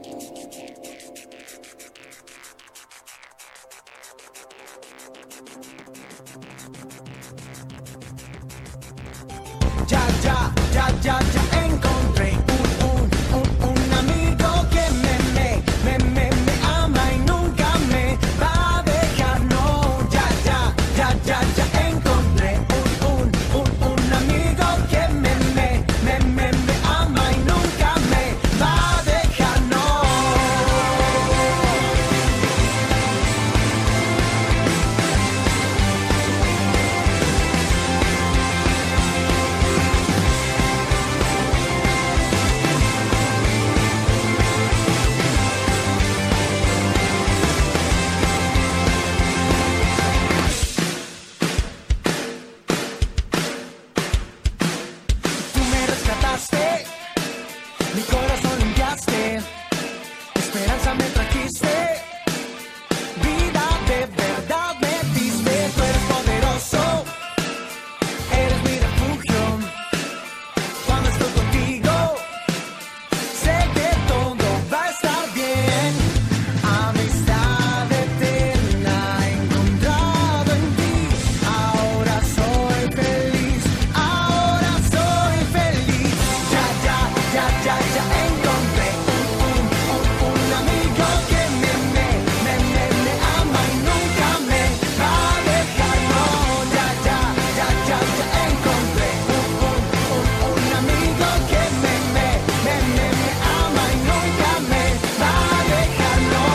Ya encontré un amigo que me ama y nunca me va a dejar. No, ya encontré un amigo que me ama y nunca me va a dejar. No. rescataste, mi corazón limpiaste, esperanza me trajiste, vida de verdad me diste. Tú eres poderoso, eres mi refugio. Cuando estoy contigo, sé que todo va a estar bien. Amistad eterna he encontrado en ti. Ahora soy feliz, ahora soy feliz. Ya encontré un amigo que me ama y nunca me va a dejar. No, ya encontré un amigo que me ama y nunca me va a dejar. No.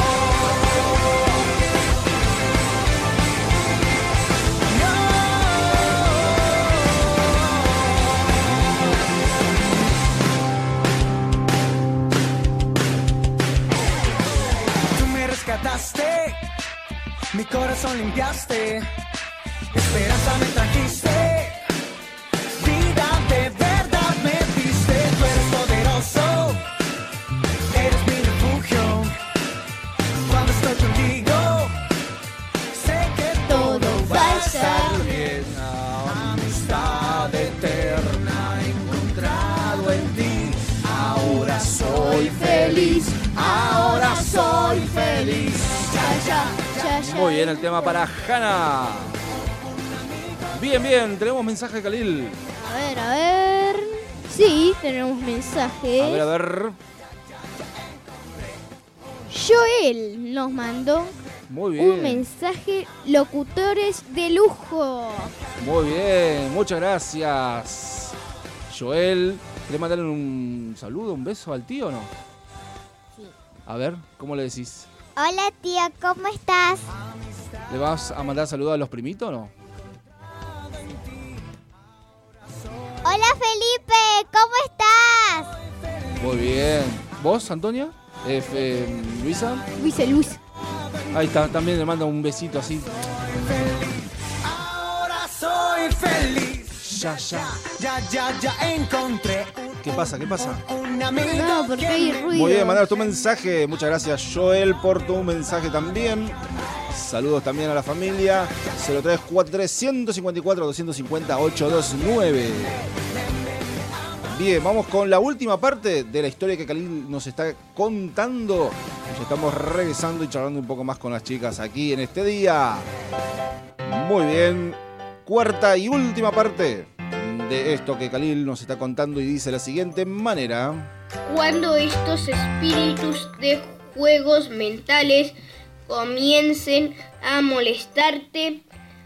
Tú me rescataste, mi corazón limpiaste, esperanza me trajiste, vida de verdad me diste. Tú eres poderoso, eres mi refugio. Cuando estoy contigo, sé que todo va a estar bien. Amistad eterna he encontrado en ti. Ahora soy feliz, ahora soy feliz. Muy bien, el tema para Hanna. Bien, tenemos mensaje de Khalil. A ver. Sí, tenemos mensajes. A ver. Joel nos mandó Muy bien. un mensaje, locutores de lujo. Muy bien, muchas gracias. Joel, ¿querés mandarle un saludo, un beso al tío o no? Sí. A ver, ¿cómo le decís? Hola tía, ¿cómo estás? ¿Le vas a mandar saludos a los primitos o no? Hola Felipe, ¿cómo estás? Muy bien. ¿Vos, Antonia? ¿Luisa? Luis. Ahí está, también le manda un besito así. Ahora soy feliz. Ya encontré. ¿Qué pasa? Un amigo. No, porque hay ruido. Muy bien, mandaron tu mensaje. Muchas gracias, Joel, por tu mensaje también. Saludos también a la familia. 0343-154-250-829. Bien, vamos con la última parte de la historia que Khalil nos está contando. Ya estamos regresando y charlando un poco más con las chicas aquí en este día. Muy bien. Cuarta y última parte de esto que Khalil nos está contando y dice de la siguiente manera. Cuando estos espíritus de juegos mentales comiencen a molestarte,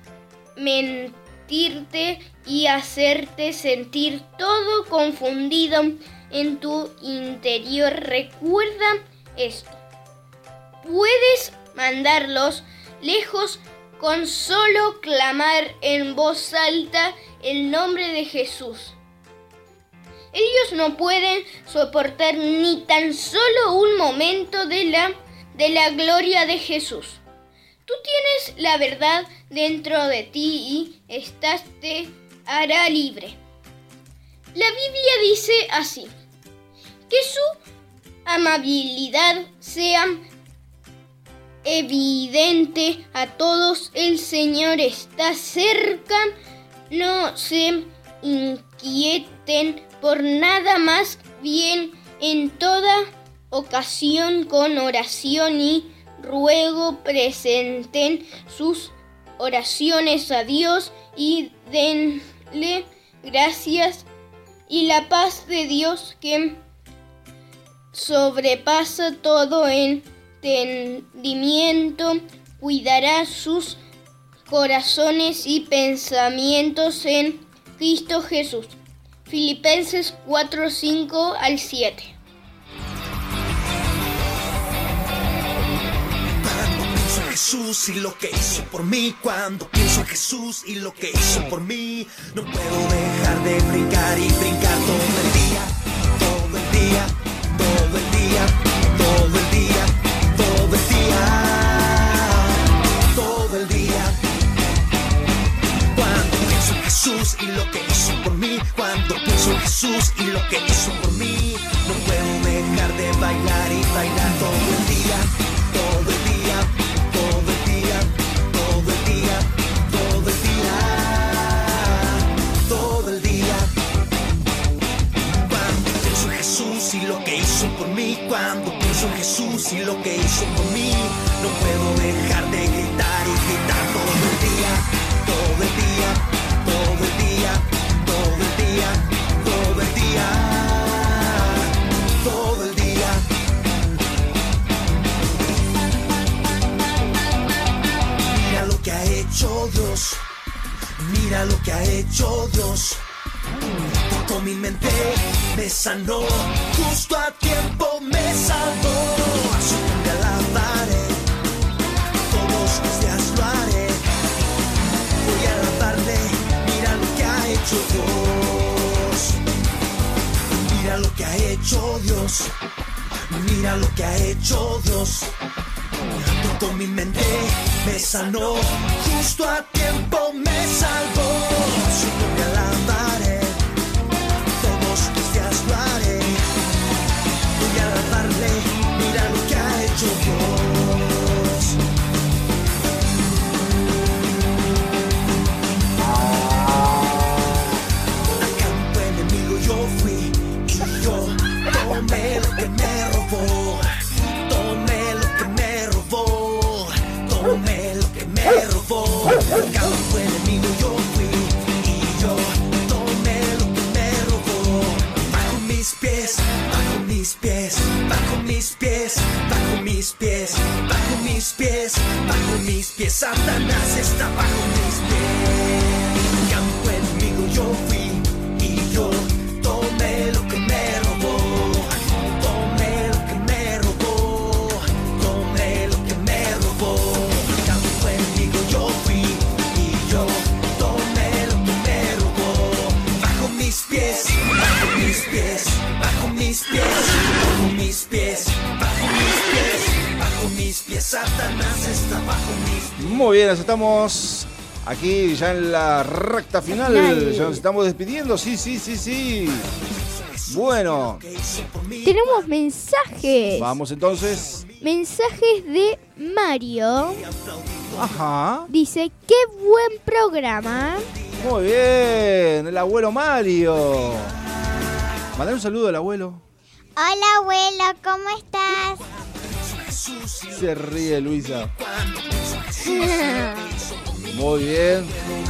mentirte y hacerte sentir todo confundido en tu interior, recuerda esto. Puedes mandarlos lejos con solo clamar en voz alta el nombre de Jesús. Ellos no pueden soportar ni tan solo un momento de la gloria de Jesús. Tú tienes la verdad dentro de ti y esta te hará libre. La Biblia dice así: que su amabilidad sea evidente a todos. El Señor está cerca. No se inquieten por nada, más bien en toda ocasión con oración y ruego presenten sus oraciones a Dios y denle gracias, y la paz de Dios que sobrepasa todo entendimiento cuidará sus corazones y pensamientos en Cristo Jesús. Filipenses 4:5-7. Jesús y lo que hizo por mí, cuando pienso en Jesús y lo que hizo por mí, no puedo dejar de brincar y brincar todo el día, todo el día, todo el día, todo el día, todo el día, todo el día. Cuando pienso en Jesús y lo que hizo por mí, cuando pienso puso Jesús y lo que hizo por mí. No puedo dejar de bailar y bailar todo el día, todo el día, todo el día, todo el día, todo el día, todo el día. Cuando pienso en Jesús y lo que hizo por mí, cuando pienso en Jesús y lo que hizo por mí, no puedo dejar de gritar y gritar todo el día, todo el día, todo el día, todo el día, todo el día, todo el día. Mira lo que ha hecho Dios, mira lo que ha hecho Dios. Tocó mi mente, me sanó, justo a tiempo me salvó. A su nombre alabaré, todos los días lo haré. Voy a alabarle, mira lo que ha hecho Dios. Mira lo que ha hecho Dios, mira lo que ha hecho Dios. Tocó mi mente, me sanó, justo a tiempo me salvó. A su nombre alabaré, todos los días lo haré. Voy a alabarle, mira lo que ha hecho Dios. Al campo enemigo yo fui y yo tomé lo que me robó. Tomé lo que me robó, tomé lo que me robó. Al campo enemigo yo fui y yo tomé lo que me robó. Bajo mis pies, bajo mis pies, bajo mis pies, bajo mis pies, bajo mis pies, bajo mis pies. Satanás está bajo mis pies. Al campo enemigo yo fui y yo tomé lo que me robó. Tomé lo que me robó, tomé lo que me robó. Al campo enemigo yo fui y yo tomé lo que me robó. Bajo mis pies, bajo mis pies, bajo mis pies, bajo mis pies, bajo mis pies, bajo mis pies. Satanás está bajo mis pies. Muy bien, estamos aquí ya en la recta final. Ya nos estamos despidiendo. Sí, sí, sí, sí. Bueno, Tenemos mensajes. vamos entonces. Mensajes de Mario. Ajá. Dice, qué buen programa. Muy bien, el abuelo Mario. Mandar un saludo al abuelo. Hola abuelo, ¿cómo estás? Se ríe Luisa. Muy bien.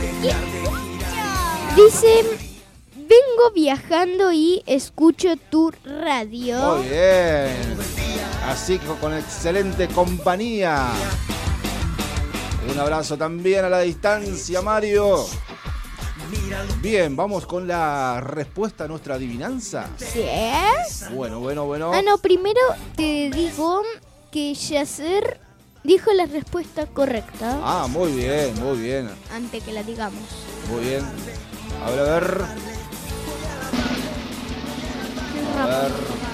Dice, vengo viajando y escucho tu radio. Muy bien. Así que con excelente compañía. Un abrazo también a la distancia, Mario. Bien, vamos con la respuesta a nuestra adivinanza. ¿Sí? Bueno, bueno, bueno. Ah, no, primero te digo que Yacer dijo la respuesta correcta. Ah, muy bien, muy bien. Antes que la digamos. Muy bien. A ver, a ver. A ver.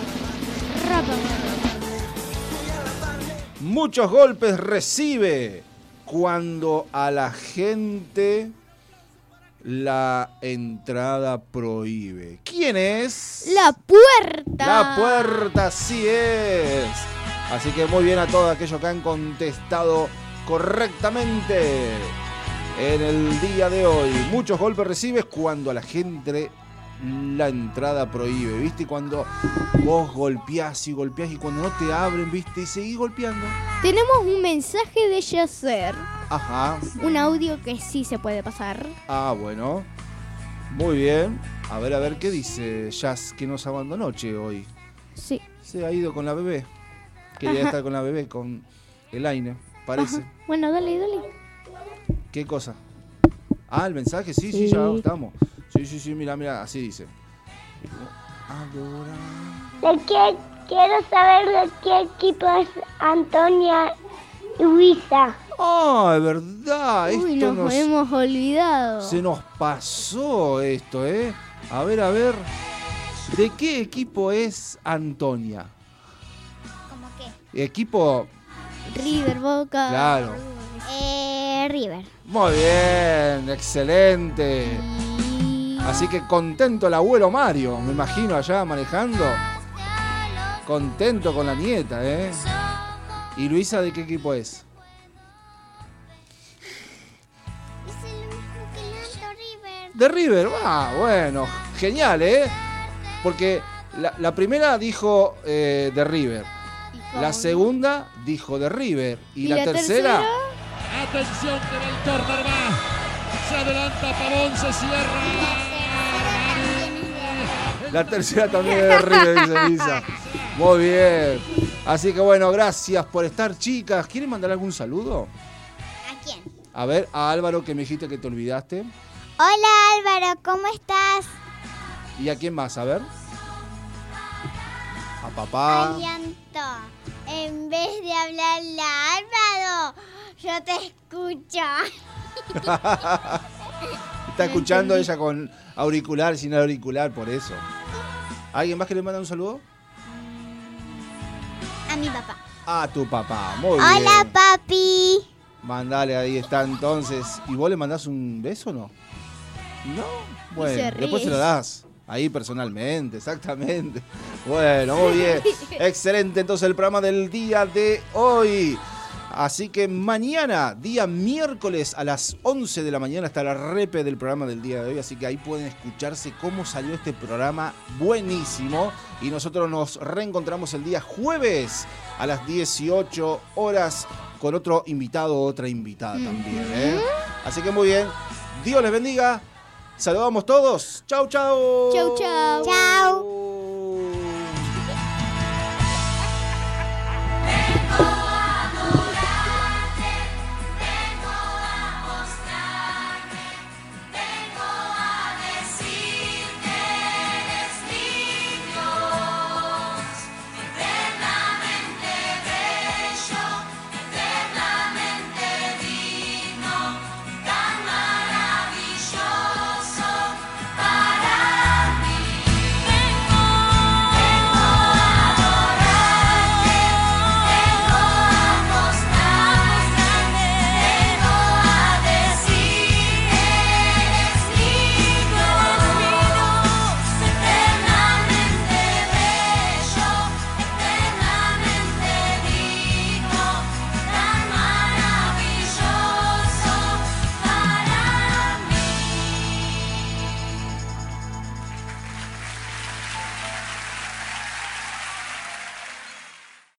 Muchos golpes recibe cuando a la gente la entrada prohíbe. ¿Quién es? La puerta. La puerta, sí es. Así que muy bien a todos aquellos que han contestado correctamente en el día de hoy. Muchos golpes recibes cuando a la gente la entrada prohíbe, ¿viste? Cuando vos golpeás y cuando no te abren, ¿viste? Y seguís golpeando. Tenemos un mensaje de Yacer. Ajá. Un audio que sí se puede pasar. Ah, bueno. Muy bien. A ver, ¿qué dice Jazz que nos abandonó, che, hoy? Sí. Se ha ido con la bebé. Quería estar con la bebé, con Elaine, parece. Ajá. Bueno, dale. ¿Qué cosa? Ah, el mensaje, sí, ya estamos. Sí, mira, así dice. Quiero saber de qué equipo es Antonia y Luisa. Ah, es verdad. Uy, Esto nos hemos olvidado. Se nos pasó esto, ¿eh? A ver. ¿De qué equipo es Antonia? ¿Cómo qué? Equipo... River, Boca. River. Muy bien, excelente. Así que contento el abuelo Mario, me imagino allá manejando. Contento con la nieta, ¿eh? ¿Y Luisa de qué equipo es? De River, bueno, genial, ¿eh? Porque la primera dijo de River, la segunda dijo de River y la tercera... Atención que va el córner, va. Se adelanta Pavón, se cierra. La tercera también es de River, dice Lisa. Muy bien. Así que bueno, gracias por estar, chicas. ¿Quieren mandar algún saludo? ¿A quién? A ver, a Álvaro, que me dijiste que te olvidaste. Hola Álvaro, ¿cómo estás? ¿Y a quién más? A ver. A papá. Aliento. En vez de hablarle a Álvaro, yo te escucho. Está escuchando ella con auricular, sin auricular, por eso. ¿Alguien más que le manda un saludo? A mi papá. A tu papá, muy bien. Hola papi. Mandale, ahí está entonces. ¿Y vos le mandás un beso o no? No, bueno, después se lo das. Ahí personalmente, exactamente. Bueno, muy bien. Excelente entonces el programa del día de hoy. Así que mañana, día miércoles a las 11 de la mañana, está la repe del programa del día de hoy. Así que ahí pueden escucharse cómo salió este programa buenísimo. Y nosotros nos reencontramos el día jueves a las 18 horas con otro invitado o otra invitada también, ¿eh? Así que muy bien. Dios les bendiga. Saludamos todos. Chau, chau. Chau, chau. Chau.